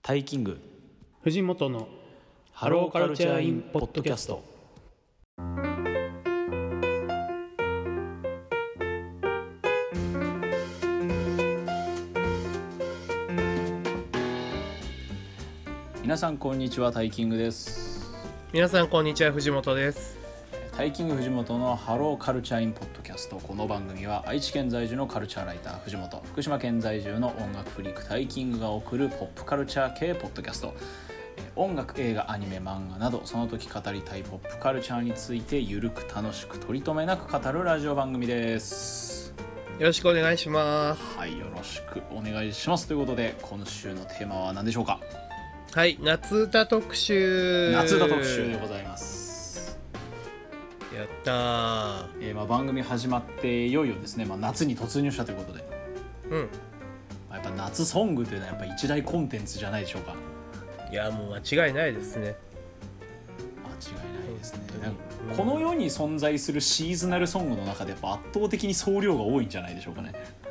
タイキング藤本のハローカルチャーインポッドキャスト。皆さんこんにちは、タイキングです。 皆さんこんにちは、藤本です。 タイキング藤本のハローカルチャーインポッドキャスト。この番組は愛知県在住のカルチャーライター藤本、福島県在住の音楽フリークタイキングが送るポップカルチャー系ポッドキャスト。音楽、映画、アニメ、漫画などその時語りたいポップカルチャーについてゆるく楽しく取り留めなく語るラジオ番組です。 よろしくお願いします。 はい、よろしくお願いします。ということで今週のテーマは何でしょうか。 はい、夏歌特集。 夏歌特集でございます。 やったー。 番組始まっていよいよですね、夏に突入したということで、やっぱ夏ソングというのはやっぱ一大コンテンツじゃないでしょうか。 いや、もう間違いないですね。 間違いないですね。この世に存在するシーズナルソングの中でやっぱ圧倒的に総量が多いんじゃないでしょうかね。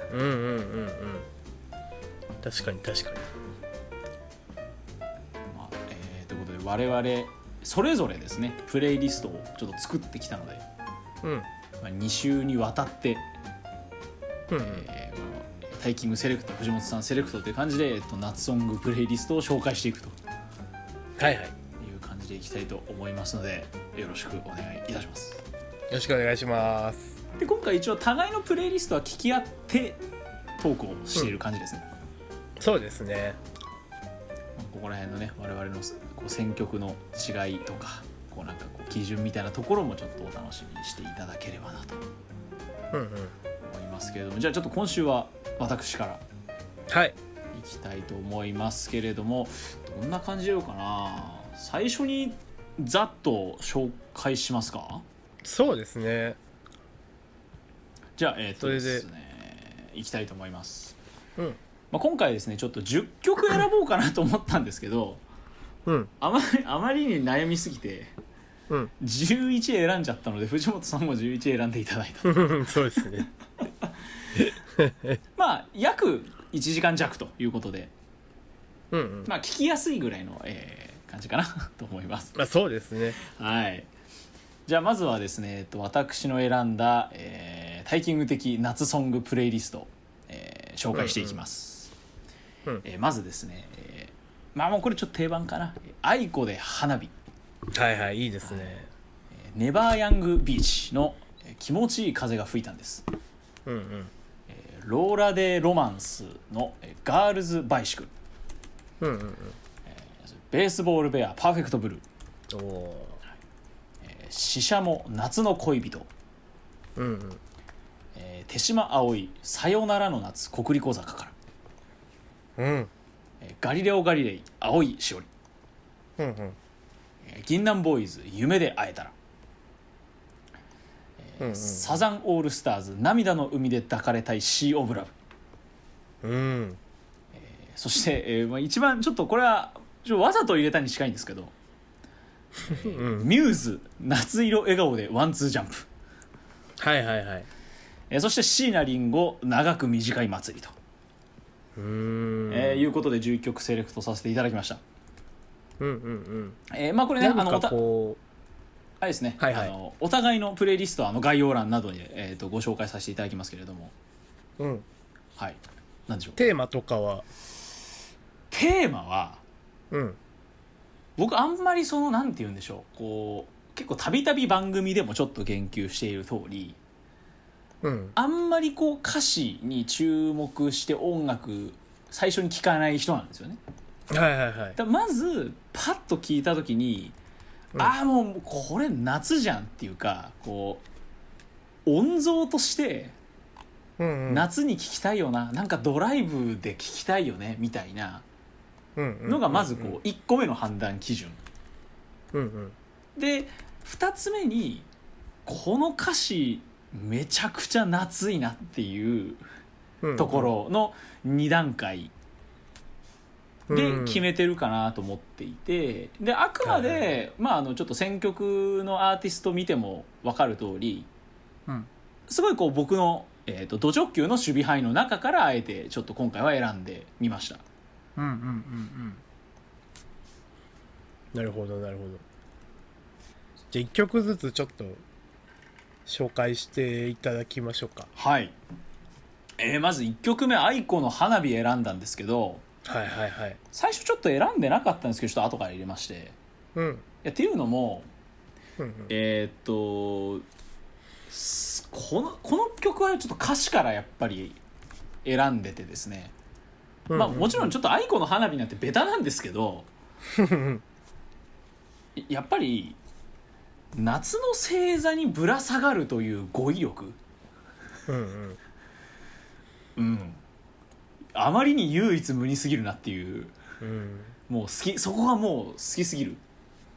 確かに確かに。 ということで我々それぞれですねプレイリストをちょっと作ってきたので、2週にわたって、タイキングセレクト、藤本さんセレクトという感じで、夏ソングプレイリストを紹介していくという感じでいきたいと思いますので、よろしくお願いいたします。 よろしくお願いします。 で、今回一応互いのプレイリストは聞き合ってトークをしている感じですね。 そうですね。 ここら辺のね、我々のこう選曲の違いとか、こうなんかこう基準みたいなところもちょっとお楽しみにしていただければなと思いますけれども、じゃあちょっと今週は私からいきたいと思いますけれども、どんな感じでようかな。最初にざっと紹介しますか。 そうですね。 じゃあですね、いきたいと思います。今回ですねちょっと10曲選ぼうかなと思ったんですけど、あまりに悩みすぎて、11選んじゃったので、藤本さんも11選んでいただいたそうですね。 約1時間弱ということで、聞きやすいぐらいの、感じかなと思います。 そうですね。 はい。じゃあまずはですね、私の選んだ、タイキング的夏ソングプレイリスト、紹介していきます。まずですね、もうこれちょっと定番かな。愛子で花火。 いいですね。 ネバーヤングビーチの気持ちいい風が吹いたんです。ローラでロマンスのガールズバイシクル。ベースボールベアパーフェクトブルー。シシャモ夏の恋人。手島葵さよならの夏国立小坂から。ガリレオ・ガリレイ青いしおり。銀杏ボーイズ夢で会えたら。サザンオールスターズ涙の海で抱かれたいシー・オブ・ラブ。そして、一番ちょっとこれはわざと入れたに近いんですけど、ミューズ夏色笑顔でワンツージャンプ。そして椎名林檎長く短い祭りということで11曲セレクトさせていただきました。これね、あれですね、お互いのプレイリストは概要欄などに、ご紹介させていただきますけれども、何でしょう。 テーマとかは僕あんまりなんて言うんでしょう、こう結構たびたび番組でもちょっと言及している通り、あんまりこう歌詞に注目して音楽最初に聴かない人なんですよね。まずパッと聞いた時に、もうこれ夏じゃんっていうか、こう音像として夏に聴きたいよな、なんかドライブで聴きたいよねみたいなのがまずこう1個目の判断基準で、2つ目にこの歌詞めちゃくちゃ夏いなっていうところの2段階で決めてるかなと思っていて、であくまで、ちょっと選曲のアーティスト見ても分かる通り、すごいこう僕の、ド直球の守備範囲の中からあえてちょっと今回は選んでみました。 なるほどなるほど。じゃあ1曲ずつちょっと紹介していただきましょうか。 はい、まず1曲目愛子の花火選んだんですけど、 はいはいはい。 最初ちょっと選んでなかったんですけどちょっと後から入れまして、 うんいやっていうのも、 うんうん、 この曲はちょっと歌詞からやっぱり選んでてですね、まあもちろんちょっと愛子の花火なんてベタなんですけどやっぱり夏の星座にぶら下がるという語彙力、 うんうんうん、あまりに唯一無二すぎるなっていう、 うん、 もう好き、そこがもう好きすぎる。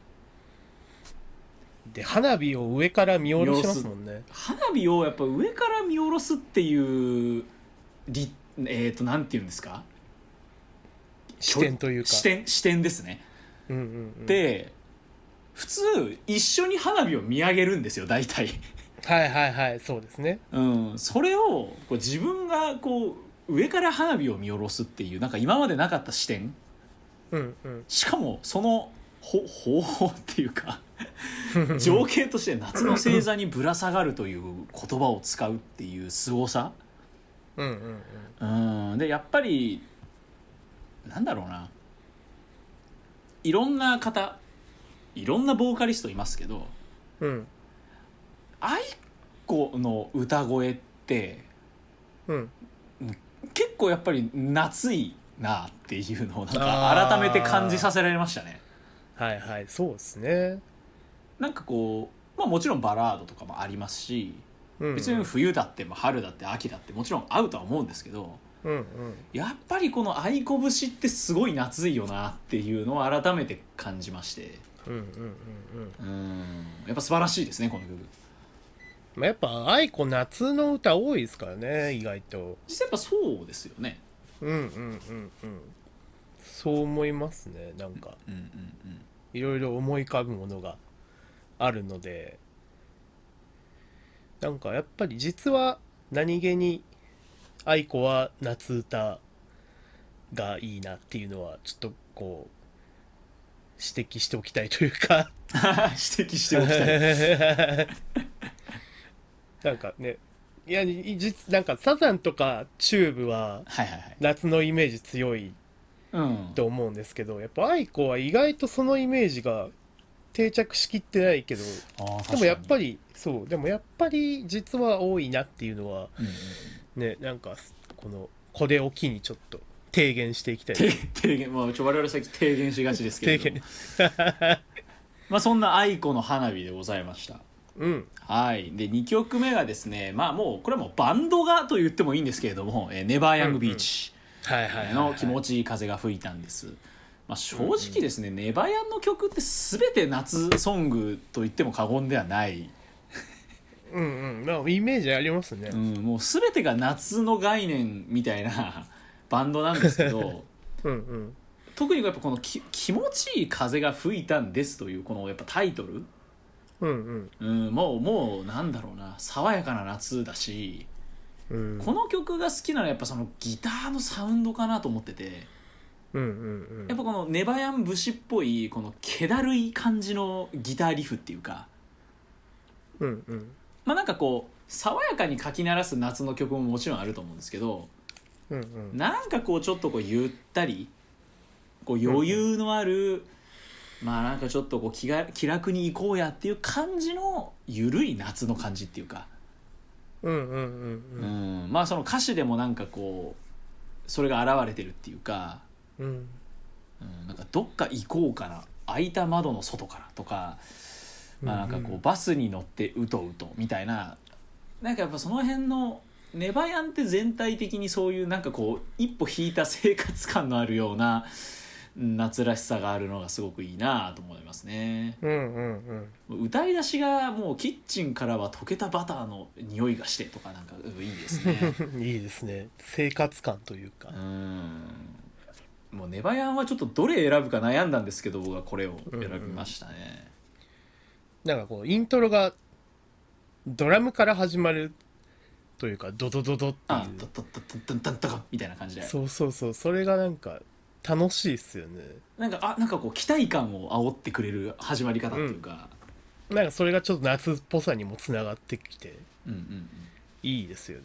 で花火を上から見下ろしますもんね。 花火をやっぱ上から見下ろすっていうなんていうんですか、 視点というか視点ですね、 うんうんうん、 で普通一緒に花火を見上げるんですよ大体はいはいはいそうですね、 うん、それをこう自分がこう上から花火を見下ろすっていうなんか今までなかった視点、 うんうん、 しかもその方法っていうか情景として夏の星座にぶら下がるという言葉を使うっていう凄さ、 うんうんうん、 でやっぱりなんだろうな、いろんな方いろんなボーカリストいますけど、 うん、 愛子の歌声って、 うん、 結構やっぱり夏いなっていうのをなんか改めて感じさせられましたね。 はいはいそうですね。 なんかこう、まあ、もちろんバラードとかもありますし、 うんうん、 別に冬だって春だって秋だってもちろん合うとは思うんですけど、 うんうん、 やっぱりこの愛子節ってすごい夏いよなっていうのを改めて感じまして、 うんうんうんうん、 やっぱ素晴らしいですねこの曲。 まあ、やっぱ愛子夏の歌多いですからね意外と。 実際やっぱそうですよね。 うんうんうんうん、そう思いますね。なんか、 うんうんうん、 いろいろ思い浮かぶものがあるので、なんかやっぱり実は何気に愛子は夏歌がいいなっていうのはちょっとこう指摘しておきたいというか指摘しておきたいなんかね、いやなんかサザンとかチューブは夏のイメージ強いと思うんですけど、やっぱ愛子は意外とそのイメージが定着しきってないけど、でもやっぱりそうでもやっぱり実は多いなっていうのは、ね、なんかこれを機にちょっと提言していきたい。 提言、まあ、我々先提言しがちですけれどもまあそんな愛子の花火でございました。 うん、 はいで2曲目がですね、まあもうこれはもうバンドがと言ってもいいんですけれども、ネバーヤングビーチの気持ちいい風が吹いたんです。まあ、正直ですね、ネバヤンの曲って全て夏ソングと言っても過言ではないうんうん、まあイメージありますね、 もう全てが夏の概念みたいなバンドなんですけどうん、うん、 特にやっぱこの気持ちいい風が吹いたんですというこのやっぱタイトル、 うんうん、 もうなんだろうな、爽やかな夏だし、この曲が好きなのはやっぱそのギターのサウンドかなと思ってて、やっぱこのネバヤン節っぽいこの気だるい感じのギターリフっていうか、まあなんかこう爽やかにかき鳴らす夏の曲ももちろんあると思うんですけど、なんかこうちょっとこうゆったりこう余裕のある、まあなんかちょっとこう気楽に行こうやっていう感じのゆるい夏の感じっていうか、まあその歌詞でもなんかこうそれが現れてるっていうか、なんかどっか行こうかな開いた窓の外からとか、まあなんかこうバスに乗ってうとうとみたいな、なんかやっぱその辺のネバヤンって全体的にそういうなんかこう一歩引いた生活感のあるような夏らしさがあるのがすごくいいなと思いますね。歌い出しがもうキッチンからは溶けたバターの匂いがしてとかなんかいいですねいいですね、生活感というか。 もうネバヤンはちょっとどれ選ぶか悩んだんですけど僕はこれを選びましたね。 なんかこうイントロがドラムから始まるというかドドドドっていう、 ドドドドドドドドみたいな感じで、 そうそれがなんか楽しいっすよね。 なんかこう期待感を煽ってくれる始まり方っていうか、 なんかそれがちょっと夏っぽさにもつながってきて、 うんうんうん、 いいですよね。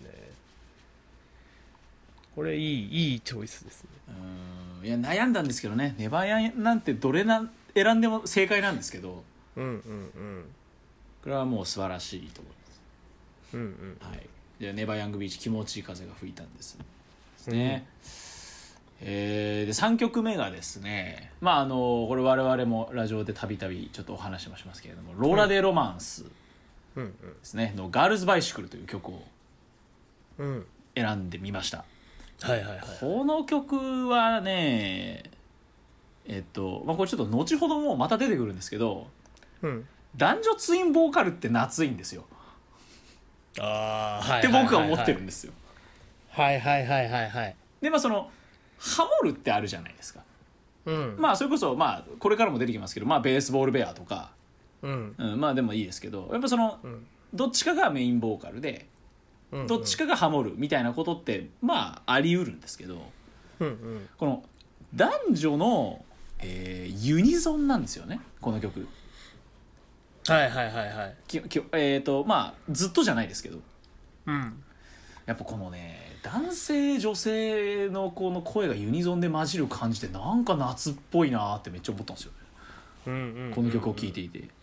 これいいチョイスですね。 いや悩んだんですけどね。ネバヤンなんてどれ選んでも正解なんですけど、 うんうんうん、 これはもう素晴らしいと思います。 うんうん、 はい。でネバヤングビーチ気持ちいい風が吹いたんですね。で3曲目がですね、これ我々もラジオでたびたびちょっとお話もしますけれども、ローラ・デ・ロマンスですね、のガールズ・バイシクルという曲を選んでみました。 はいはいはい、 この曲はねこれちょっと後ほどもまた出てくるんですけど、男女ツインボーカルって夏いんですよ。って僕は思ってるんですよ。 はいはいはいはいはい。 でそのハモるってあるじゃないですか。それこそこれからも出てきますけど、ベースボールベアとか、でもいいですけど、やっぱその、どっちかがメインボーカルで、どっちかがハモるみたいなことってあり得るんですけど、この男女の、ユニゾンなんですよね、この曲。 はいはいはいはい。 ずっとじゃないですけど、やっぱこのね男性女性のこの声がユニゾンで混じる感じでなんか夏っぽいなってめっちゃ思ったんですよね、この曲を聴いていて。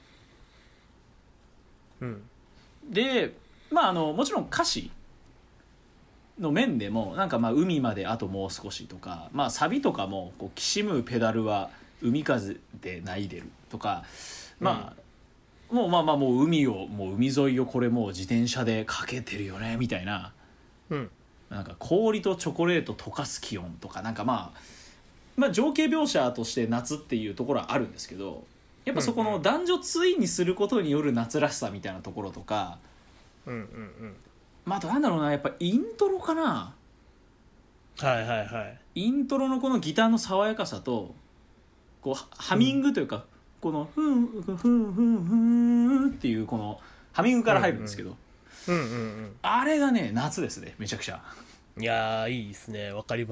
でもちろん歌詞の面でもなんか海まであともう少しとか、サビとかもこうきしむペダルは海風で泣いでるとか、もう海沿いをこれもう自転車でかけてるよねみたいな、なんか氷とチョコレート溶かす気温とかなんか情景描写として夏っていうところはあるんですけど、やっぱそこの男女対にすることによる夏らしさみたいなところとか、あとなんだろうな、やっぱイントロかな。 はいはいはい。 イントロのこのギターの爽やかさとこうハミングというか、このフンフンフンフンフンっていうこのハミングから入るんですけど、あれがね夏ですね、めちゃくちゃ。 いやーいいですね、わかります。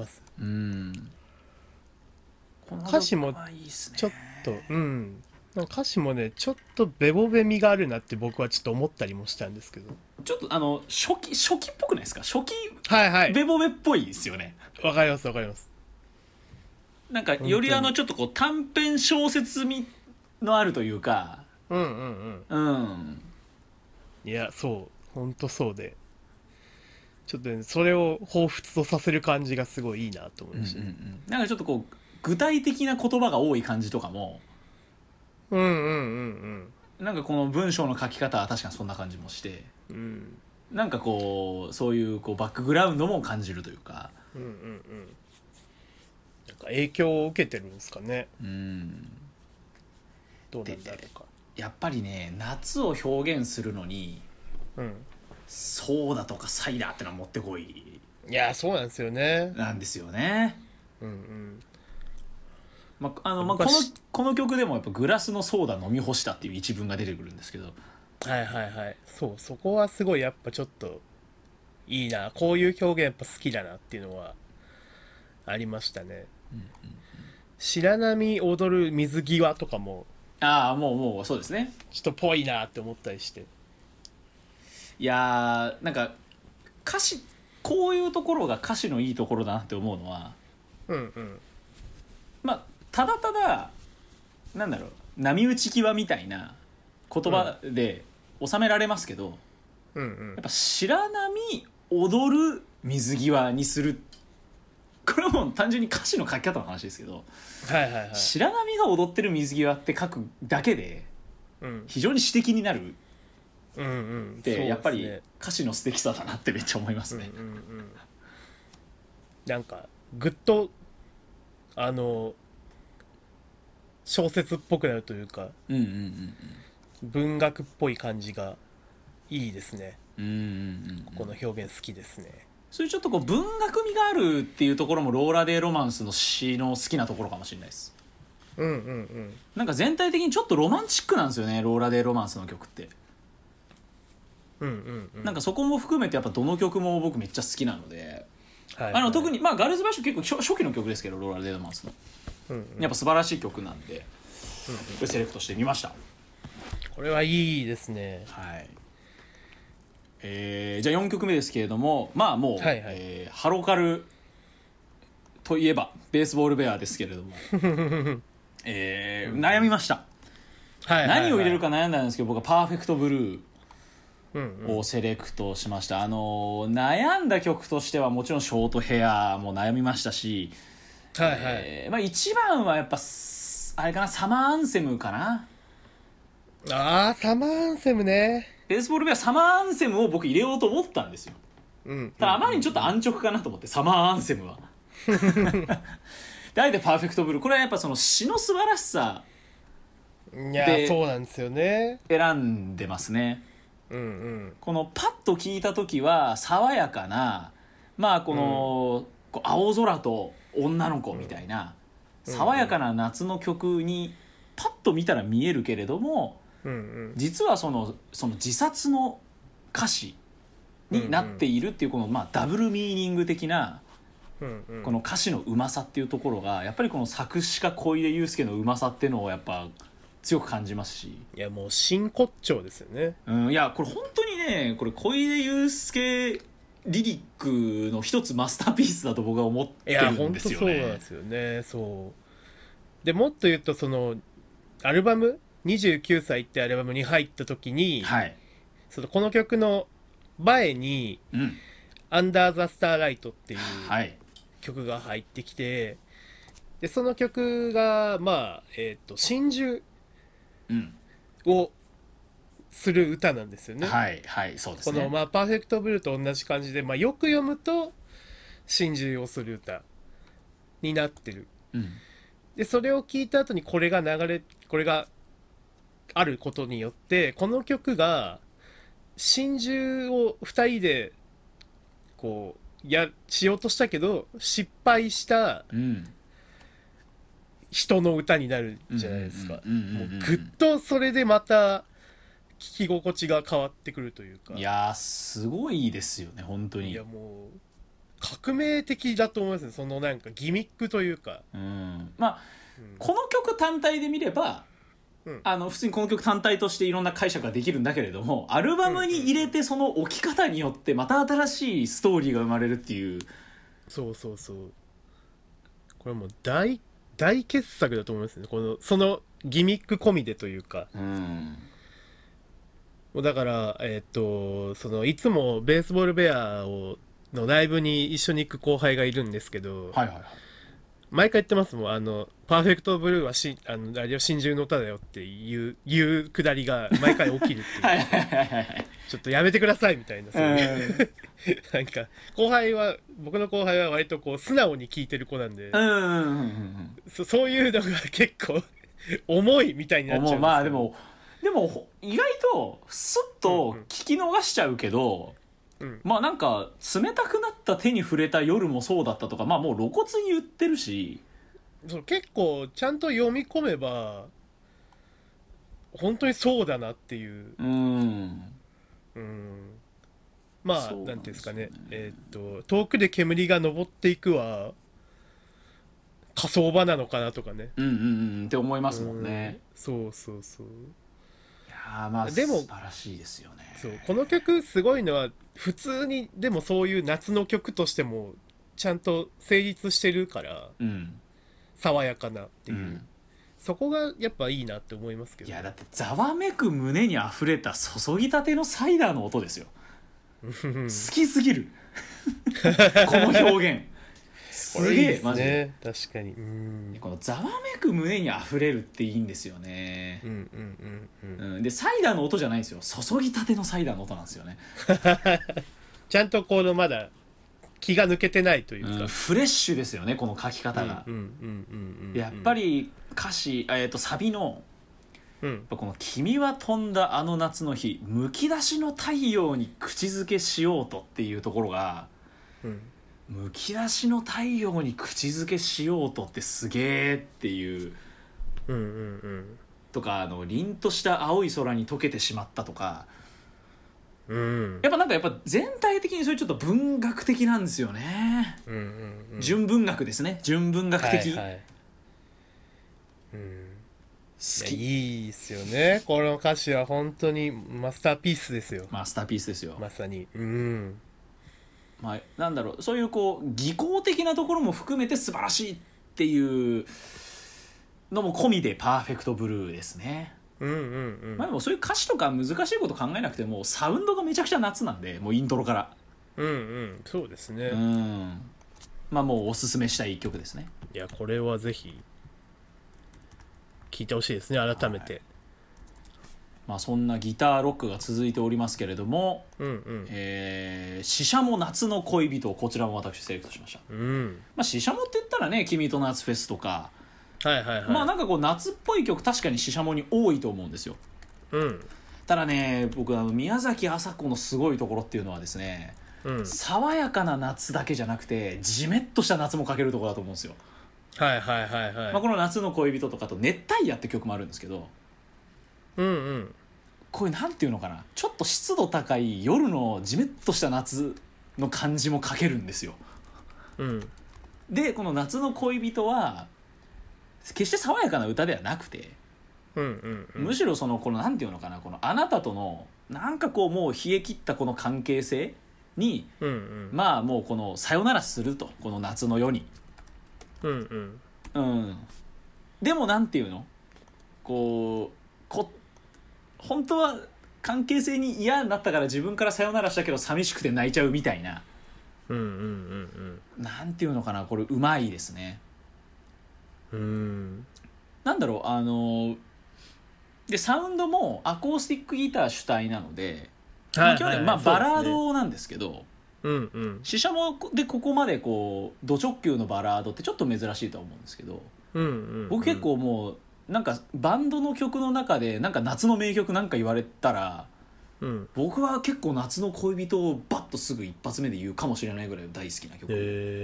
歌詞もちょっと歌詞もねちょっとベボベみがあるなって僕はちょっと思ったりもしたんですけど、 ちょっと初期っぽくないですか。初期ベボベっぽいですよね。 わかりますわかります。 なんかよりちょっとこう短編小説味のあるというか、 いやそう本当そうで、ちょっとねそれを彷彿とさせる感じがすごいいいなと思いました、 なんかちょっとこう具体的な言葉が多い感じとかも、なんかこの文章の書き方は確かにそんな感じもして、なんかこうそういうこうバックグラウンドも感じるというか、 なんか影響を受けてるんですかね。どうなんだろうか。 やっぱりね夏を表現するのに、ソーダとかサイダーってのはもってこい。 いやそうなんですよね。 なんですよね。この曲でもやっぱグラスのソーダ飲み干したっていう一文が出てくるんですけど、 はいはいはい、そこはすごいやっぱちょっといいな、こういう表現やっぱ好きだなっていうのはありましたね。白波踊る水際とかももうそうですね、 ちょっとぽいなって思ったりして、 いやなんか歌詞こういうところが歌詞のいいところだなって思うのは、ただただなんだろう波打ち際みたいな言葉で収められますけど、やっぱ白波踊る水際にする、これはもう単純に歌詞の書き方の話ですけど、白波が踊ってる水際って書くだけで非常に詩的になるってやっぱり歌詞の素敵さだなってめっちゃ思いますね。 なんかぐっと小説っぽくなるというか、文学っぽい感じがいいですね。この表現好きですね。 そういうちょっとこう文学味があるっていうところもローラ・デ・ロマンスの詩の好きなところかもしれないです。なんか全体的にちょっとロマンチックなんですよね、ローラ・デ・ロマンスの曲って。なんかそこも含めてやっぱどの曲も僕めっちゃ好きなので、 はいはい、特に、まあ、ガールズバッシュ結構初期の曲ですけどローラル・デードマンスの、やっぱ素晴らしい曲なんで、セレクトしてみました。 これはいいですね。 はい。じゃあ4曲目ですけれども、まあもう、はいはい、ハロカルといえばベースボールベアですけれども、悩みました、はいはいはい、何を入れるか悩んだんですけど、僕はパーフェクトブルーをセレクトしました。悩んだ曲としてはもちろんショートヘアも悩みましたし、はいはいまあ、一番はやっぱあれかな、サマーアンセムかな。 あーサマーアンセムね。 ベースボールベアサマーアンセムを僕入れようと思ったんですよ、ただあまりにちょっと安直かなと思って、サマーアンセムはであえてパーフェクトブルー、これはやっぱその詩の素晴らしさでそうなんですよね、 選んでますね。このパッと聞いた時は爽やかな、まあこの、青空と女の子みたいな、爽やかな夏の曲にパッと見たら見えるけれども、実はその自殺の歌詞になっているっていう、このまあダブルミーニング的なこの歌詞のうまさっていうところが、やっぱりこの作詞家小出祐介のうまさっていうのをやっぱ強く感じますし、 いやもう真骨頂ですよね。 いやこれ本当にね、これ小出祐介リリックの一つマスターピースだと僕は思ってるんですよね。 いや本当そうなんですよね。そうでもっと言うと、そのアルバム29歳ってアルバムに入った時に、はい、この曲の前に、アンダーザスターライトっていう曲が入ってきて、でその曲がまあ真珠をする歌なんですよね。 はいはいそうですね。 このまあパーフェクトブルーと同じ感じで、まあ、よく読むと真珠をする歌になってる。でそれを聞いた後にこれがあることによって、この曲が真珠を2人でこうしようとしたけど失敗した人の歌になるじゃないですか。もうぐっとそれでまた聴き心地が変わってくるというか。 いやすごいですよね本当に。 いやもう革命的だと思いますね、そのなんかギミックというか。 まあ、この曲単体で見れば、普通にこの曲単体としていろんな解釈ができるんだけれども、アルバムに入れてその置き方によってまた新しいストーリーが生まれるっていう。 そうこれもう大傑作だと思いますね、そのギミック込みでというか。だからそのいつもベースボールベアのライブに一緒に行く後輩がいるんですけど、毎回言ってますもん、パーフェクトブルーはあれよ真珠の歌だよっていうくだりが毎回起きるっていうちょっとやめてくださいみたいな、そういうなんか僕の後輩は割とこう素直に聴いてる子なんで、そういうのが結構重いみたいになっちゃうんですけど、 まあでも意外とスッと聞き逃しちゃうけど、まあなんか冷たくなった手に触れた夜もそうだったとか、まあもう露骨に言ってるし、 結構ちゃんと読み込めば本当にそうだなっていう。まあなんていうんですかね、遠くで煙が昇っていくは火葬場なのかなとかね、 って思いますもんね。 そういやまあでも素晴らしいですよね。 この曲すごいのは、普通にでもそういう夏の曲としてもちゃんと成立してるから、爽やかなっていう、そこがやっぱいいなって思いますけど。 いやだってざわめく胸にあふれた注ぎたてのサイダーの音ですよ好きすぎるこの表現すげえマジで。 確かに。 このざわめく胸にあふれるっていいんですよね。でサイダーの音じゃないんですよ、注ぎたてのサイダーの音なんですよねちゃんとこのまだ気が抜けてないというか、 フレッシュですよねこの書き方が。やっぱり歌詞、サビのこの君は飛んだあの夏の日、むき出しの太陽に口づけしようとっていうところが、むき出しの太陽に口づけしようとってすげーっていう、とか凛とした青い空に溶けてしまったとか、 うん、 やっぱ全体的にそれちょっと文学的なんですよね、 うんうんうん、 純文学ですね、純文学的、 はいはい、うん、 好き。 いいっすよね、この歌詞は本当にマスターピースですよ。 マスターピースですよ、 まさに。うん、 まあ、なんだろう、そういうこう技巧的なところも含めて素晴らしいっていうのも込みでパーフェクトブルーですね。 うんうんうん、 まあでもそういう歌詞とか難しいこと考えなくてもサウンドがめちゃくちゃ夏なんで、もうイントロから、 うんうん、そうですね。 まあもうおすすめしたい一曲ですね。 いや、これはぜひ聴いてほしいですね、改めて、はい。 まあそんなギターロックが続いておりますけれども、 うんうん、 シシャモ夏の恋人、こちらも私セレクトしました。 うん、 まあシシャモって言ったらね、君と夏フェスとか、 はいはいはい、 まあなんかこう夏っぽい曲確かにシシャモに多いと思うんですよ。 うん、 ただね、僕宮崎あさ子のすごいところっていうのはですね、 うん、 爽やかな夏だけじゃなくてジメッとした夏も書けるところだと思うんですよ。 はいはいはいはい、 まあ、この夏の恋人とかと熱帯夜って曲もあるんですけど、 うんうん、 こういうなんていうのかな、ちょっと湿度高い夜のジメッとした夏の感じも書けるんですよ。 うん、 でこの夏の恋人は決して爽やかな歌ではなくて、 うんうんうん、 むしろこのなんていうのかな、このあなたとのなんかこうもう冷え切ったこの関係性に、 うんうん、 まあもうこのさよならすると、この夏の夜に、 うんうん、 うん、でもなんていうの、本当は関係性に嫌になったから自分からさよならしたけど寂しくて泣いちゃうみたいな、 うんうんうんうん、なんていうのかな、これうまいですね。 うん、 なんだろう、でサウンドもアコースティックギター主体なので、まあ、基本的にバラードなんですけど、 うんうん、 シシャモでここまでこうド直球のバラードってちょっと珍しいとは思うんですけど、 うんうんうん、 僕結構もうなんかバンドの曲の中でなんか夏の名曲なんか言われたら、 うん、 僕は結構夏の恋人をバッとすぐ一発目で言うかもしれないぐらい大好きな曲。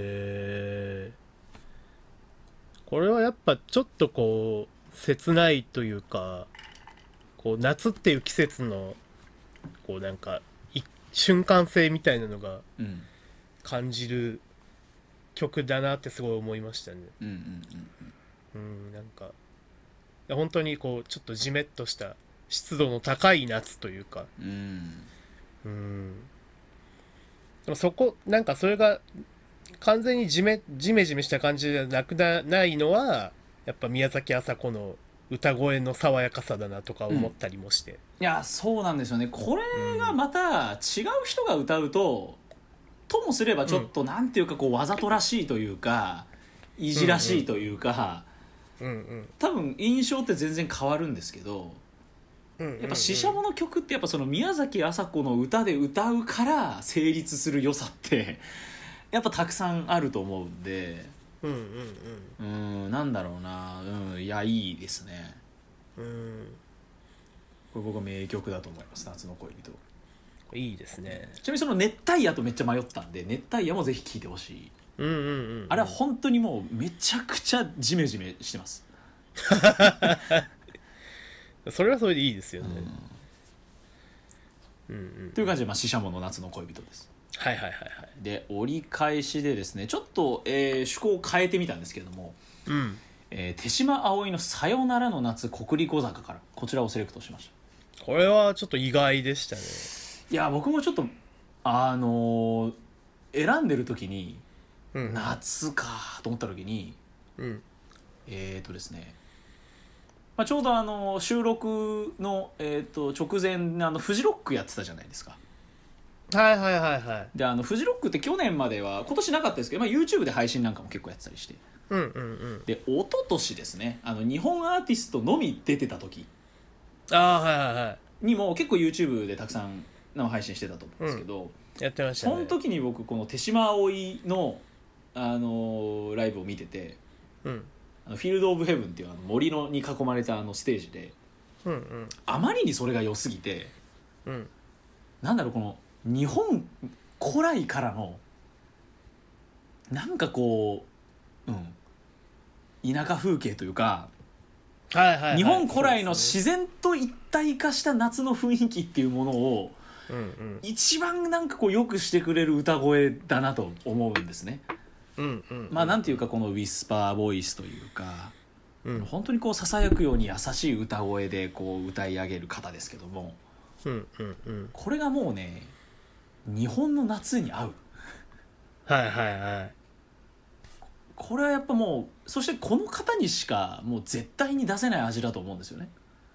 これはやっぱちょっとこう切ないというか、こう夏っていう季節のこうなんか瞬間性みたいなのが感じる曲だなってすごい思いましたね。 うんうんうんうん、なんか本当にこうちょっとジメッとした湿度の高い夏というか、うん、でもそこなんかそれが完全にジメジメした感じじゃなくないのはやっぱ宮崎あさ子の歌声の爽やかさだなとか思ったりもして、 いやそうなんですよね。これがまた違う人が歌うと、ともすればちょっとなんていうかこうわざとらしいというかいじらしいというか、多分印象って全然変わるんですけど、やっぱシシャモの曲ってやっぱその宮崎あさ子の歌で歌うから成立する良さってやっぱたくさんあると思うんで、なんだろうな、いやいいですね。これ僕は名曲だと思います、夏の恋人。 いいですね。 ちなみにその熱帯夜とめっちゃ迷ったんで、熱帯夜もぜひ聴いてほしい。あれは本当にもうめちゃくちゃジメジメしてますそれはそれでいいですよね。 という感じで、シシャモの夏の恋人です。 はいはいはいはい。 で折り返しでですね、ちょっと、趣向を変えてみたんですけれども、手島葵のさよならの夏国立小坂からこちらをセレクトしました。 これはちょっと意外でしたね。 いや僕もちょっと選んでる時に、夏かと思った時に、ですね、ちょうど収録の、直前にフジロックやってたじゃないですか。 はいはいはいはい。 でフジロックって去年までは、今年なかったですけど、YouTube で配信なんかも結構やってたりして、で一昨年ですね、日本アーティストのみ出てた時にも結構 YouTube でたくさん生配信してたと思うんですけど、 やってましたね。 その時に僕この手島葵の、ライブを見てて、フィールド・オブ・ヘブンっていう森に囲まれたステージで、あまりにそれが良すぎて、なんだろう、この日本古来からのなんかこう、田舎風景というか、日本古来の自然と一体化した夏の雰囲気っていうものをうんうん、 一番なんかこうよくしてくれる歌声だなと思うんですね。 うんうんうん、 まあなんていうかこのウィスパーボイスというか、本当にこうささやくように優しい歌声でこう歌い上げる方ですけども、 うんうんうん、 これがもうね日本の夏に合う。 はいはいはい。 これはやっぱもうそしてこの方にしかもう絶対に出せない味だと思うんですよね。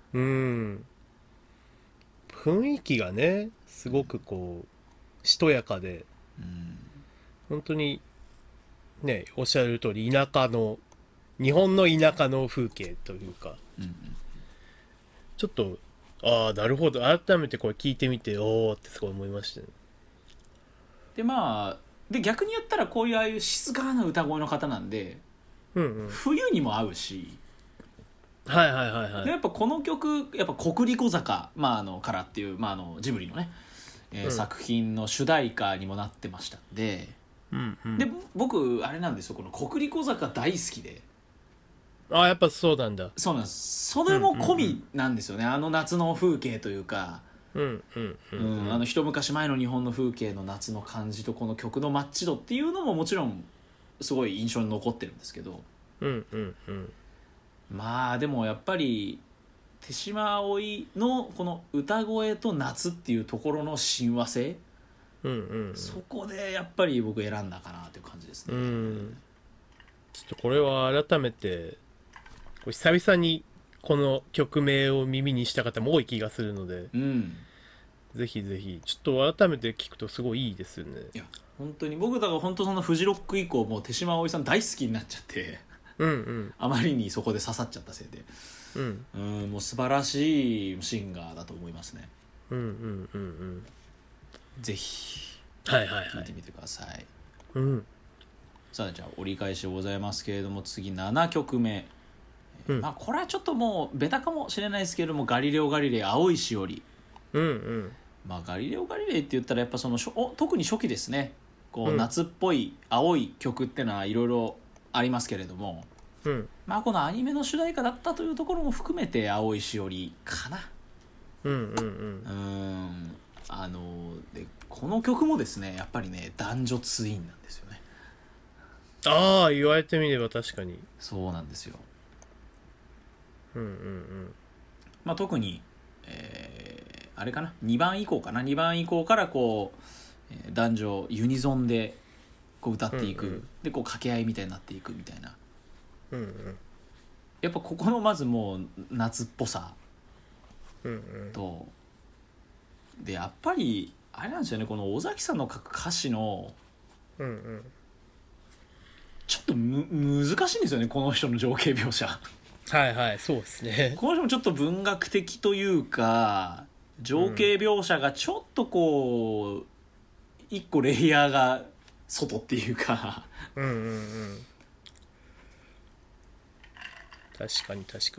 雰囲気がねすごくこうしとやかで、本当にねおっしゃる通り田舎の日本の田舎の風景というか、ちょっとなるほど改めてこれ聞いてみておーってすごい思いましたね。 でまあで逆に言ったらこういうああいう静かな歌声の方なんで、冬にも合うし、 はいはいはいはい。 でやっぱこの曲やっぱ国立小坂、からっていう、ジブリのね、作品の主題歌にもなってましたんで、で僕あれなんですよこの国立小坂大好きで。 やっぱそうなんだ。 そうなんです。それも込みなんですよね、あの夏の風景というか、あの一昔前の日本の風景の夏の感じとこの曲のマッチ度っていうのももちろんすごい印象に残ってるんですけど、まあでもやっぱり手島葵のこの歌声と夏っていうところの親和性、そこでやっぱり僕選んだかなという感じですね。 ちょっとこれは改めて久々にこの曲名を耳にした方も多い気がするので、ぜひぜひちょっと改めて聞くとすごいいいですよね。 いや本当に僕だから本当そのフジロック以降もう手島葵さん大好きになっちゃってあまりにそこで刺さっちゃったせいで、もう素晴らしいシンガーだと思いますね。ぜひ聴いてみてください。さあじゃあ折り返しでございますけれども、次7曲目、これはちょっともうベタかもしれないですけれども、ガリレオ・ガリレイ青いしおり。ガリレオ・ガリレイって言ったらやっぱその特に初期ですね、こう夏っぽい青い曲ってのはいろいろありますけれども、このアニメの主題歌だったというところも含めて青いしおりかな。でこの曲もですねやっぱりね男女ツインなんですよね。 言われてみれば確かにそうなんですよ。特に、あれかな2番以降からこう、男女ユニゾンでこう歌っていく、でこう掛け合いみたいになっていくみたいな、やっぱここのまずもう夏っぽさと、でやっぱりあれなんですよね、この尾崎さんの書く歌詞の、ちょっと難しいんですよねこの人の情景描写。 そうですね。 この人もちょっと文学的というか情景描写がちょっとこう一個レイヤーが外っていうか確かにち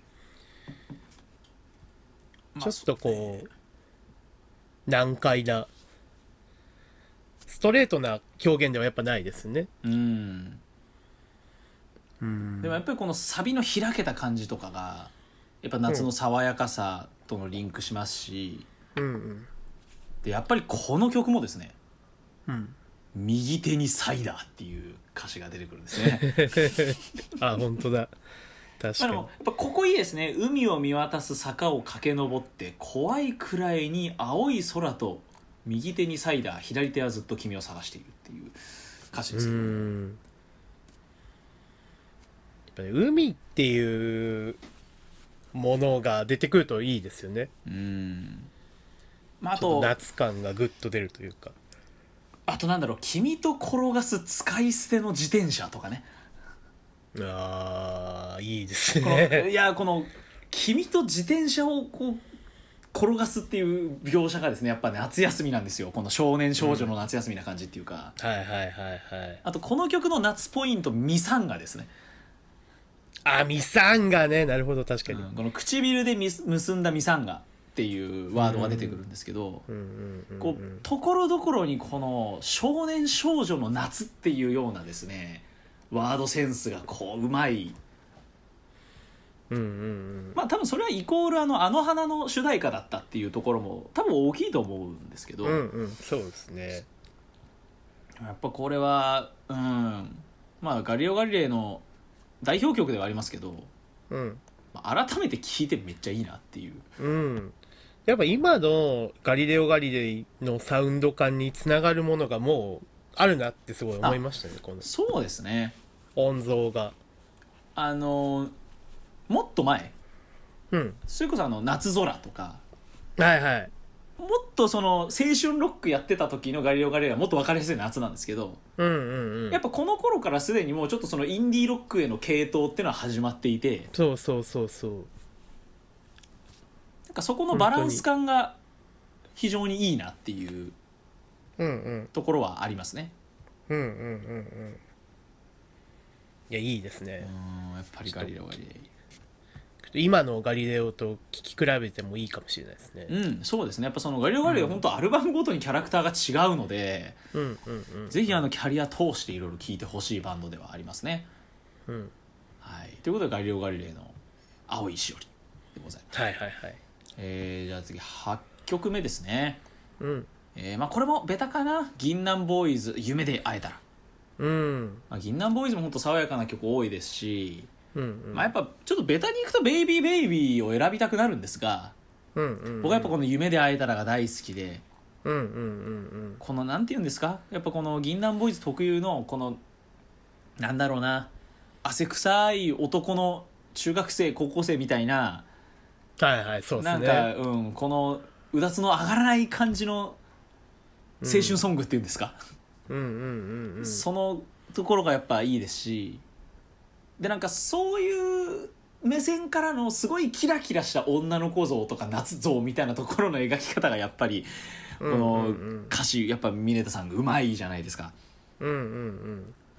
ょっとこう難解なストレートな表現ではやっぱないですね。 でもやっぱりこのサビの開けた感じとかがやっぱ夏の爽やかさとのリンクしますし、でやっぱりこの曲もですね、右手にサイダーっていう歌詞が出てくるんですね。 本当だ、確かに。 やっぱここいいですね。海を見渡す坂を駆け上って怖いくらいに青い空と右手にサイダー左手はずっと君を探しているっていう歌詞ですけど、 海っていうものが出てくるといいですよね。あと夏感がグッと出るというか、 あとなんだろう、君と転がす使い捨ての自転車とかね。 いいですね。 この君と自転車をこう転がすっていう描写がですねやっぱ夏休みなんですよ。この少年少女の夏休みな感じっていうか、あとこの曲の夏ポイントミサンガですね。 ミサンガね、なるほど、確かに、 この唇で結んだミサンガっていうワードが出てくるんですけど、ところどころにこの少年少女の夏っていうようなですねワードセンスがこううまいうんうんうん、 まあ多分それはイコールあの花の主題歌だったっていうところも多分大きいと思うんですけど、 うんうん、そうですね。 やっぱこれはまあガリレオ・ガリレイの代表曲ではありますけど、 うん、 改めて聴いてめっちゃいいなっていう、 うん、やっぱ今のガリレオ・ガリレイのサウンド感につながるものがもうあるなってすごい思いましたね。このそうですね、 音像がもっと前、 うん、 それこそ夏空とか、 はいはい、 もっとその青春ロックやってた時のガリレオ・ガリレイはもっと分かりやすい夏なんですけど、 うんうんうん、 やっぱこの頃からすでにもうちょっとそのインディーロックへの系統っていうのは始まっていて、 そうそうそうそう、 なんかそこのバランス感が非常にいいなっていうところはありますね。 うんうんうんうん、いやいいですね。 やっぱりガリレオ・ガリレイ今のガリレオと聴き比べてもいいかもしれないですね。 うん、そうですね。やっぱそのガリレオ・ガリレイは本当アルバムごとにキャラクターが違うので、 うんうんうん、 ぜひキャリア通していろいろ聴いてほしいバンドではありますね。 うん、 はい、ということでガリレオ・ガリレイの青いしおりでございます。 はいはいはい。 じゃあ次8曲目ですね。 うん、 まあこれもベタかな。銀杏ボーイズ夢で会えたら。 うん、 まあ、銀杏ボーイズも本当爽やかな曲多いですし、 うんうん、 まあ、やっぱちょっとベタにいくとベイビーベイビーを選びたくなるんですが、 うんうんうん、 僕はやっぱこの夢で会えたらが大好きで、 うんうんうんうん、 このなんていうんですか、やっぱこの銀杏ボーイズ特有のこのなんだろうな、汗臭い男の中学生高校生みたいな、 はいはい、そうですね。 なんか、このうだつの上がらない感じの青春ソングっていうんですか、 うんうんうんうん、 そのところがやっぱいいですし、でなんかそういう目線からのすごいキラキラした女の子像とか夏像みたいなところの描き方がやっぱりこの歌詞やっぱ峯田さんがうまいじゃないですか。 うんうんうん、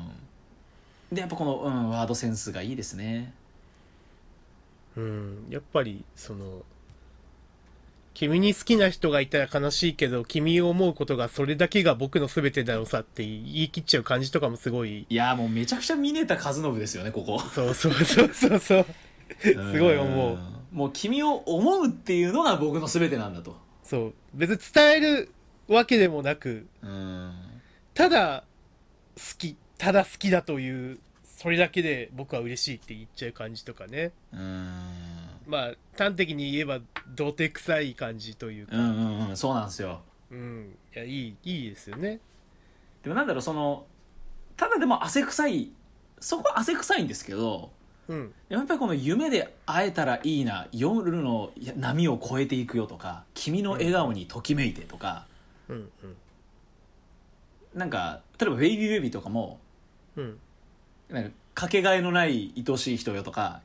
でやっぱこの、ワードセンスがいいですね。 うん、やっぱりその君に好きな人がいたら悲しいけど君を思うことがそれだけが僕の全てだろさって言い切っちゃう感じとかもすごい、 いやもうめちゃくちゃ峯田和信ですよねここ。 そうそうそうそうそうすごい思う。 もう君を思うっていうのが僕の全てなんだと。 そう別に伝えるわけでもなく、ただ好きだというそれだけで僕は嬉しいって言っちゃう感じとかね。まあ端的に言えば童貞臭い感じというか、 そうなんですよ。 いやいいですよね。 でもなんだろう、そのただでも汗臭い、そこは汗臭いんですけど、やっぱりこの夢で会えたらいいな、夜の波を越えていくよとか、君の笑顔にときめいてとか、なんか例えばベイビーベイビーとかも、なんかかけがえのない愛しい人よとか、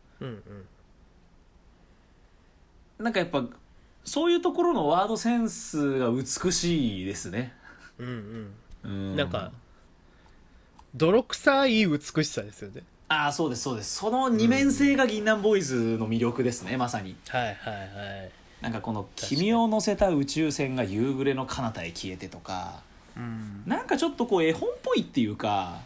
なんかやっぱそういうところのワードセンスが美しいですね。 なんか泥臭い美しさですよね。 ああそうですそうです。その二面性が銀杏ボーイズの魅力ですね、まさに。 はいはいはい。 なんかこの君を乗せた宇宙船が夕暮れの彼方へ消えてとか、なんかちょっとこう絵本っぽいっていうか、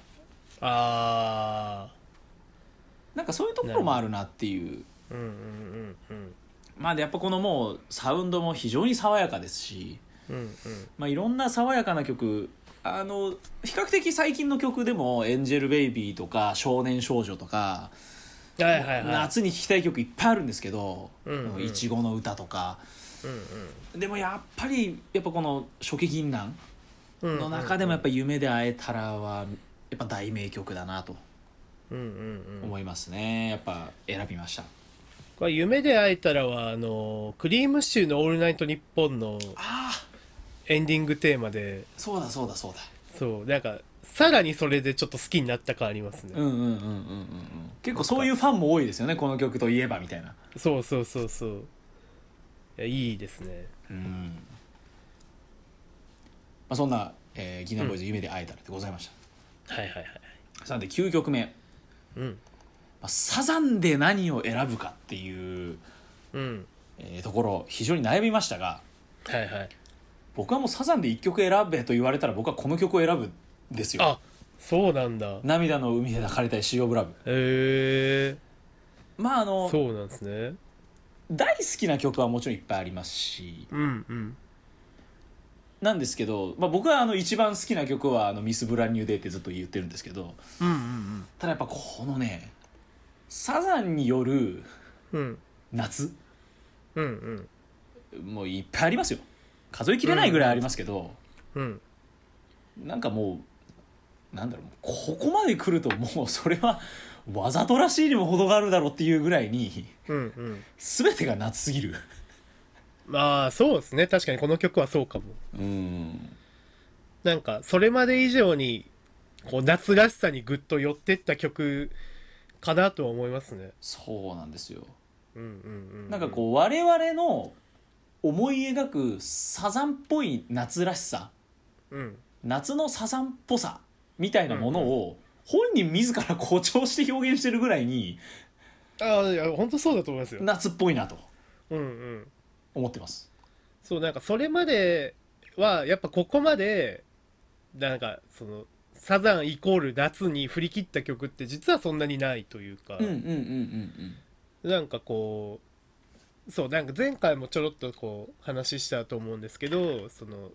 なんかそういうところもあるなっていう。まあでやっぱこのもうサウンドも非常に爽やかですし、まあいろんな爽やかな曲、比較的最近の曲でもエンジェルベイビーとか少年少女とか、夏に聴きたい曲いっぱいあるんですけど、いちごの歌とか、でもやっぱりこの初期銀杏の中でもやっぱ夢で会えたらはやっぱ大名曲だなと思いますね。やっぱ選びました。 これ夢で会えたらはクリームシチューのオールナイトニッポンのエンディングテーマで、 そうだそうだそうだ、 そうなんかさらにそれでちょっと好きになった感ありますね。 結構そういうファンも多いですよね、この曲といえばみたいな。 そうそうそうそう、いやいいですね。 まあ、そんな、ギナボーイズ夢で会えたらでございました。 はいはいはい。 なので9曲目、サザンで何を選ぶかっていう、ところ非常に悩みましたが、僕はもうサザンで1曲選べと言われたら僕はこの曲を選ぶんですよ。 あ、そうなんだ。 涙の海で抱かれたいシー・オブ・ラブ。 まあそうなんですね。 大好きな曲はもちろんいっぱいありますし、 うんうん、 なんですけど、まあ、僕は一番好きな曲はミス・ブランニュー・デーってずっと言ってるんですけど、 うんうんうん、 ただやっぱこのねサザンによる夏、 うんうん、もういっぱいありますよ。数えきれないぐらいありますけど、 うんうん、なんかもうなんだろう、ここまで来るともうそれはわざとらしいにも程があるだろうっていうぐらいに、 うんうん、 全てが夏すぎる。 まあそうですね、確かにこの曲はそうかも。 うん、 なんかそれまで以上にこう夏らしさにグッと寄ってった曲かなとは思いますね。 そうなんですよ。 うんうんうん、うん、 なんかこう我々の思い描くサザンっぽい夏らしさ、 うん、 夏のサザンっぽさみたいなものを本人自ら誇張して表現してるぐらいに、 ああいや本当そうだと思いますよ。 夏っぽいなとうんうん、 思ってます。 そうなんかそれまではやっぱここまでなんかそのサザンイコール夏に振り切った曲って実はそんなにないというか、 うんうんうんうんなんかこうそうなんか前回もちょろっとこう話したと思うんですけど、その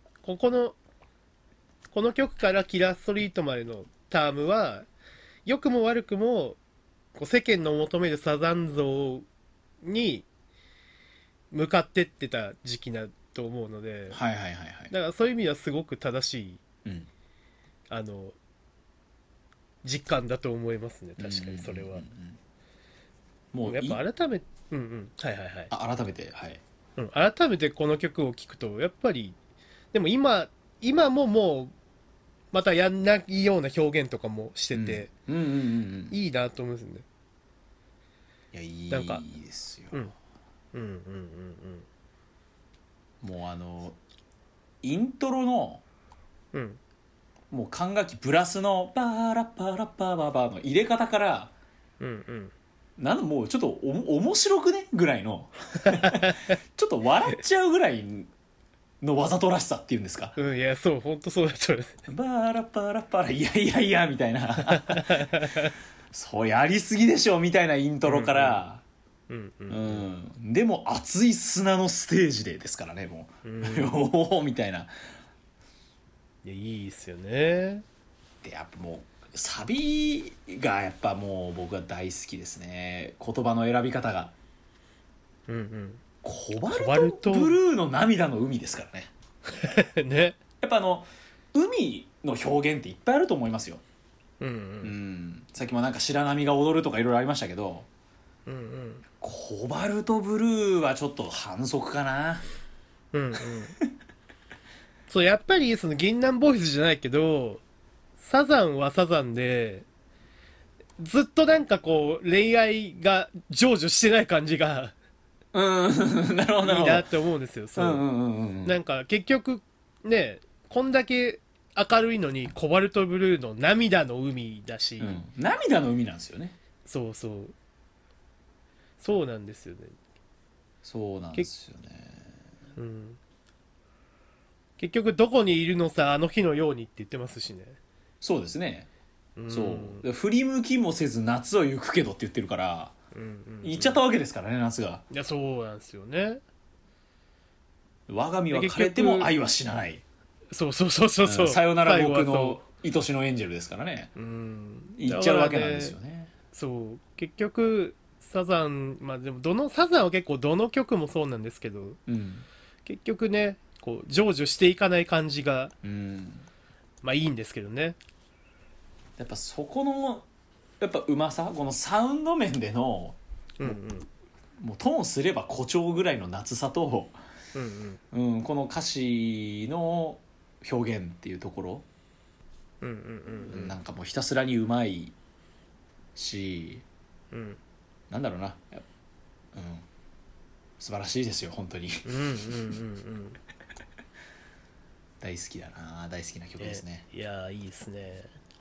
この曲からキラーストリートまでのタームは良くも悪くもこう世間の求めるサザン像に向かってってた時期だと思うので、 はいはいはいはい。 だからそういう意味ではすごく正しい、 うん、 あの実感だと思いますね。確かにそれは、もうやっぱ改めてうんうんはいはいはい、 改めてはい、 うん、改めてこの曲を聴くとやっぱりでも今ももうまたやんないような表現とかもしてて、 うんうんうんうん、 いいなと思うんですね。 いやいなんかいですよ、 うんうんうんうんもうイントロのうん、 もう管楽器プラスのパーラッパーラッパーバーバーの入れ方からうんうんもうちょっと面白くねぐらいのちょっと笑っちゃうぐらいのわざとらしさっていうんですか、 うん、いやそう本当そうだと思います。 バーラッパーラッパーラいやいやいやみたいなそうやりすぎでしょみたいなイントロから、 うんうんうん、でも熱い砂のステージでですからねもう、おおみたいな。 いやいいっすよね。 でやっぱもうサビがやっぱもう僕は大好きですね。言葉の選び方が、 うんうんコバルトブルーの涙の海ですからねね、 やっぱ海の表現っていっぱいあると思いますよ。 うんうんうんさっきもなんか白波が踊るとかいろいろありましたけど、 うんうんコバルトブルーはちょっと反則かな。 うんうんそうやっぱりその銀杏ボイスじゃないけどサザンはサザンでずっとなんかこう恋愛が成就してない感じがうんなるほどいいなって思うんですよ。そう、なんか結局ねこんだけ明るいのにコバルトブルーの涙の海だし、 涙の海なんですよね。 そうそうそうなんですよね。 そうなんですよね、 うん、結局どこにいるのさあの日のようにって言ってますしね。 そうですね、 うん、 そう振り向きもせず夏を行くけどって言ってるから、行っちゃったわけですからね夏が。 いやそうなんですよね。 我が身は枯れても愛は死なない。 そうそうそうそうそう、 さよなら僕の愛しのエンジェルですからね、行っちゃうわけなんですよね。 そう結局サザンまあでもサザンは結構どの曲もそうなんですけど、結局ねこう成就していかない感じが、まあいいんですけどね。 やっぱそこのやっぱうまさ、このサウンド面での、もうトーンすれば誇張ぐらいの夏さと、この歌詞の表現っていうところ、なんかもうひたすらにうまいし、なんだろうな、素晴らしいですよ本当に大好きだな、大好きな曲ですね。 いやいいですね。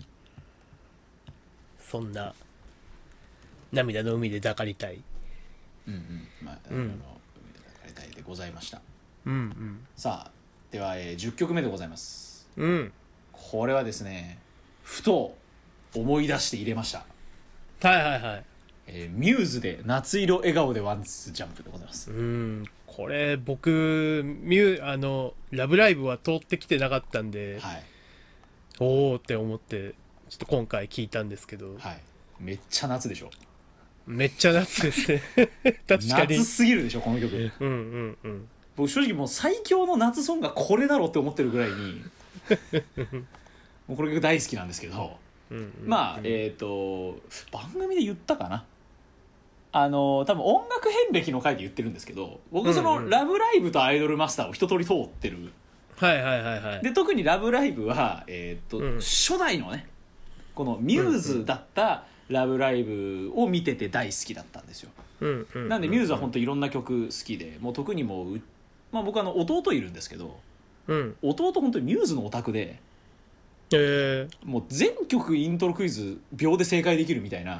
そんな涙の海で抱かりたい、 まあ、海で抱かれたいでございました。さあでは、10曲目でございます。これはですねふと思い出して入れました。 はいはいはい。 ミューズで夏色笑顔でワンツージャンプでございます。 これ僕ラブライブは通ってきてなかったんで、はい、おおって思ってちょっと今回聞いたんですけど、 はい、めっちゃ夏でしょ。 めっちゃ夏ですね確かに夏すぎるでしょこの曲。僕正直もう最強の夏ソングがこれだろって思ってるぐらいにもうこれ曲大好きなんですけど、まあ番組で言ったかな、多分音楽遍歴の回で言ってるんですけど、僕そのラブライブとアイドルマスターを一通り通ってる。で特にラブライブは、初代のねこのミューズだったラブライブを見てて大好きだったんですよ。なんでミューズは本当いろんな曲好きで、もう特にもう、僕弟いるんですけど、弟本当にミューズのオタクで、もう全曲イントロクイズ秒で正解できるみたいな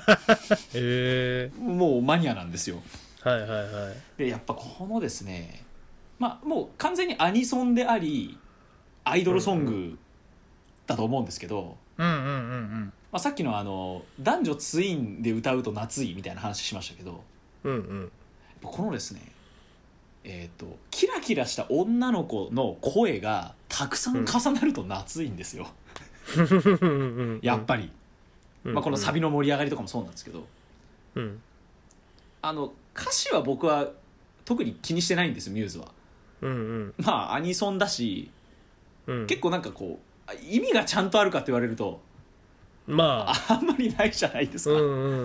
もうマニアなんですよ。でやっぱこのですね、もう完全にアニソンでありアイドルソングだと思うんですけど、さっきの男女ツインで歌うと夏いみたいな話しましたけど、このですねキラキラした女の子の声がたくさん重なると夏いんですよやっぱり、このサビの盛り上がりとかもそうなんですけど、歌詞は僕は特に気にしてないんですミューズは。アニソンだし、結構なんかこう意味がちゃんとあるかって言われるとあんまりないじゃないですか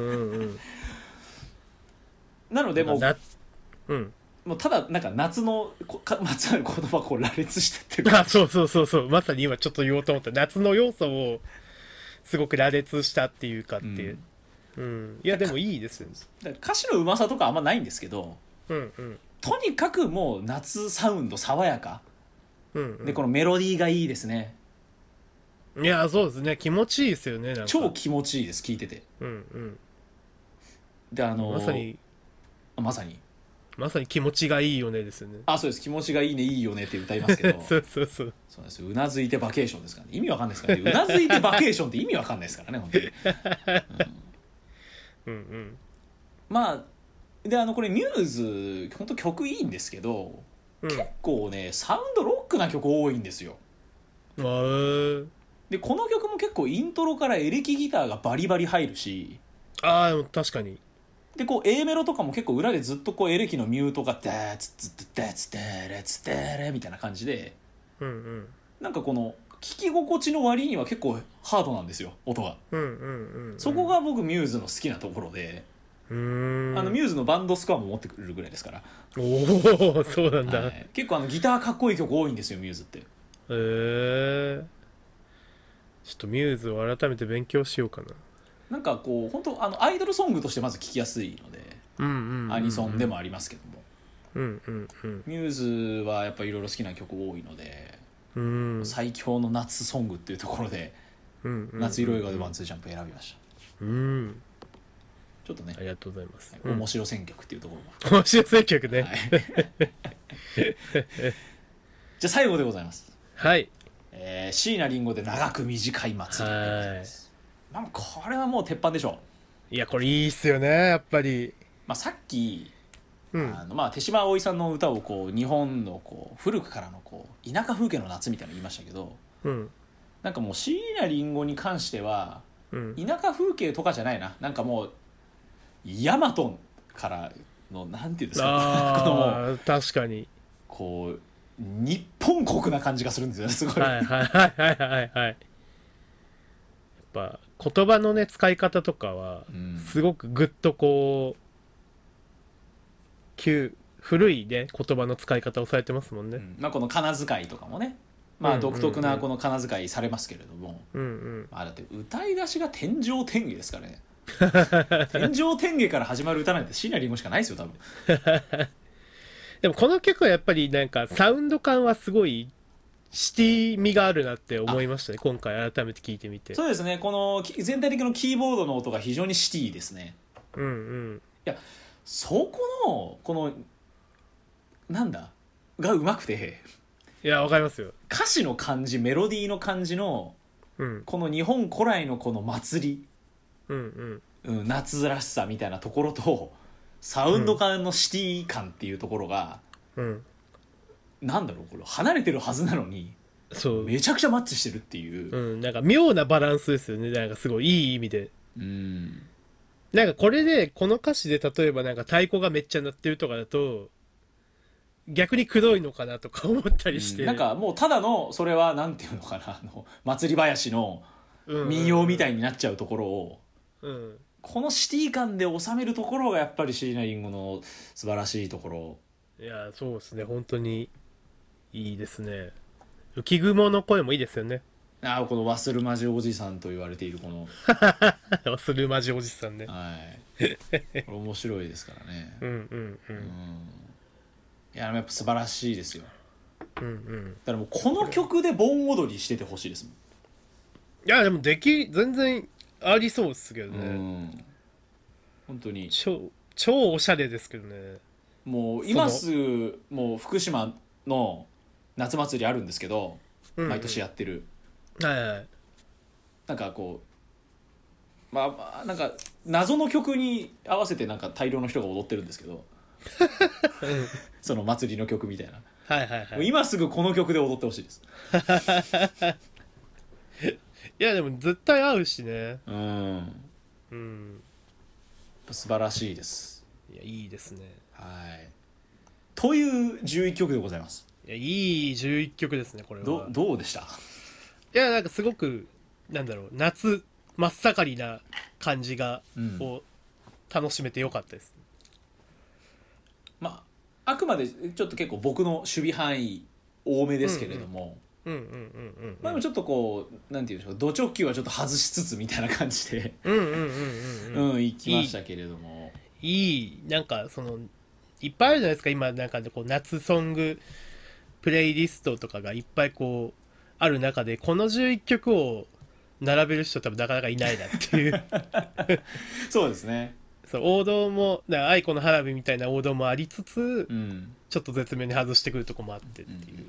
なのでもうもうただなんか夏のまつわる言葉をこう羅列してってる。 そうまさに今ちょっと言おうと思った。夏の要素をすごく羅列したっていうかっていう、いやでもいいですよね。 歌詞のうまさとかあんまないんですけど、とにかくもう夏サウンド爽やか、でこのメロディーがいいですね。 いやそうですね、気持ちいいですよね。なんか超気持ちいいです聞いてて。でまさに気持ちがいいよねですよね。 そうです、気持ちがいいねいいよねって歌いますけどそうなんですよ。うなずいてバケーションですからね。意味わかんないですからね。うなずいてバケーションって意味わかんないですからね本当にでこれミューズ本当曲いいんですけど、結構ねサウンドロックな曲多いんですよ。でこの曲も結構イントロからエレキギターがバリバリ入るし、 確かに。 でこう A メロとかも結構裏でずっとこうエレキのミュートがダーツツッダーツテレツテレみたいな感じで、なんかこの聴き心地の割には結構ハードなんですよ音が。そこが僕ミューズの好きなところで、ミューズのバンドスコアも持ってくるぐらいですから。 おおそうなんだ、 結構ギターかっこいい曲多いんですよミューズって。 ちょっとミューズを改めて勉強しようかな。 なんかこう本当アイドルソングとしてまず聴きやすいので、アニソンでもありますけども、ミューズはやっぱいろいろ好きな曲多いので、最強の夏ソングっていうところで、夏色映画でワンツージャンプ選びました。ちょっとね、 ありがとうございます。 面白選曲っていうところも面白選曲ね、 じゃあ最後でございます。 椎名林檎で長く短い祭りでございます。これはもう鉄板でしょう。いやこれいいっすよねやっぱり。 さっき、手島葵さんの歌をこう日本のこう古くからのこう田舎風景の夏みたいなの言いましたけど、なんかもう椎名林檎に関しては、田舎風景とかじゃないな、なんかもうヤマトからのなんていうんですかこの確かにこう日本国な感じがするんですよねすごい。 やっぱ言葉のね使い方とかはすごくグッとこう古いね言葉の使い方をされてますもんね。 この仮名遣いとかもね、独特なこの仮名遣いされますけれども、だって歌い出しが天上天下ですからね天上天下から始まる歌なんて椎名林檎しかないですよ多分でもこの曲はやっぱりなんかサウンド感はすごいシティ味があるなって思いましたね今回改めて聞いてみて。 そうですね、この全体的なキーボードの音が非常にシティですね。いやそこのこのなんだがうまくて、 いやわかりますよ。 歌詞の感じメロディーの感じの、この日本古来のこの祭り、 夏らしさみたいなところとサウンド感のシティ感っていうところが、なんだろう、これ離れてるはずなのにそうめちゃくちゃマッチしてるっていう、 なんか妙なバランスですよね。なんかすごいいい意味で、なんかこれでこの歌詞で例えばなんか太鼓がめっちゃ鳴ってるとかだと逆にくどいのかなとか思ったりして、 なんかもうただのそれはなんていうのかな、祭り林の民謡みたいになっちゃうところを、このシティ感で収めるところがやっぱり椎名林檎の素晴らしいところ。 いやそうですね、本当にいいですね。浮雲の声もいいですよね。 この忘るまじおじさんと言われているこの忘るまじおじさんね、 はい、これ面白いですからね。いややっぱ素晴らしいですよ。だからもうこの曲で盆踊りしててほしいですもん。 いやでも全然ありそうですけどね。 本当に超おしゃれですけどね。 もう今すぐもう福島の夏祭りあるんですけど、毎年やってる、なんかこうなんか謎の曲に合わせてなんか大量の人が踊ってるんですけどその祭りの曲みたいな、もう今すぐこの曲で踊ってほしいですいやでも絶対合うしね。 素晴らしいです。 いやいいですね。 という11曲でございます。 いやいい11曲ですねこれは。 どうでした？ いやなんかすごくなんだろう、夏真っ盛りな感じが、を楽しめてよかったです。 あくまでちょっと結構僕の守備範囲多めですけれども、でもちょっとこうなんていうんでしょう、ド直球はちょっと外しつつみたいな感じで行きましたけれども、 なんかそのいっぱいあるじゃないですか今。なんかこう夏ソングプレイリストとかがいっぱいこうある中でこの11曲を並べる人多分なかなかいないなっていうそうですね。 そう王道も愛子の花火みたいな王道もありつつ、ちょっと絶妙に外してくるとこもあってっていう、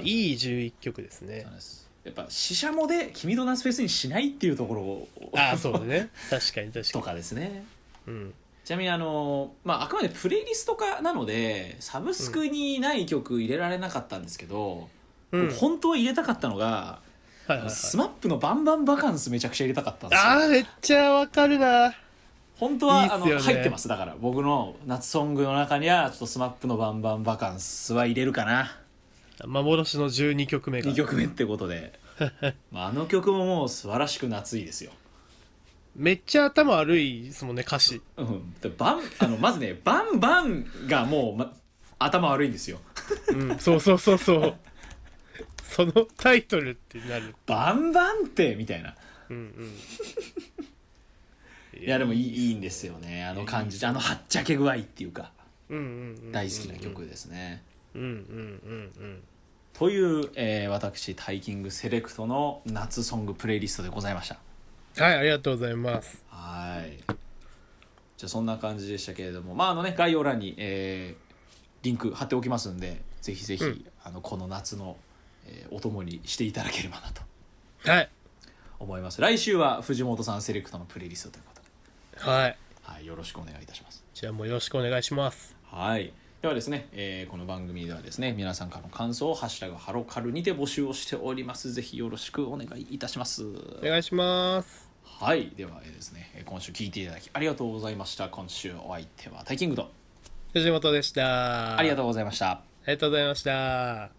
いい11曲ですね。 やっぱシシャモで君と夏フェスにしないっていうところをそうだね確かにとかですね。ちなみにあくまでプレイリスト化なのでサブスクにない曲入れられなかったんですけど、本当は入れたかったのが、スマップのバンバンバカンスめちゃくちゃ入れたかったんですよ。 めっちゃわかるな。 本当は入ってます。だから僕の夏ソングの中にはちょっとスマップのバンバンバカンスは入れるかな。 幻の12曲目が 2曲目ってことであの曲ももう素晴らしく夏いですよ。 めっちゃ頭悪いですもんね歌詞。 まずねバンバンがもう、頭悪いんですよそうそのタイトルってなる。 バンバンってみたいな。いやでもいいんですよね、あの感じ、はっちゃけ具合っていうか、大好きな曲ですね。という、私タイキングセレクトの夏ソングプレイリストでございました。 ありがとうございます。 じゃあそんな感じでしたけれども、概要欄に、リンク貼っておきますんで、ぜひぜひ、この夏の、お供にしていただければなと思います。来週は藤本さんセレクトのプレイリストということで、よろしくお願いいたします。 じゃあもうよろしくお願いします。 ではですね、この番組ではですね皆さんからの感想をハッシュタグハロカルにて募集をしております。ぜひよろしくお願いいたします。 お願いします。 ではですね、今週聞いていただきありがとうございました。今週お相手はタイキングと藤本でした。 ありがとうございました。 ありがとうございました。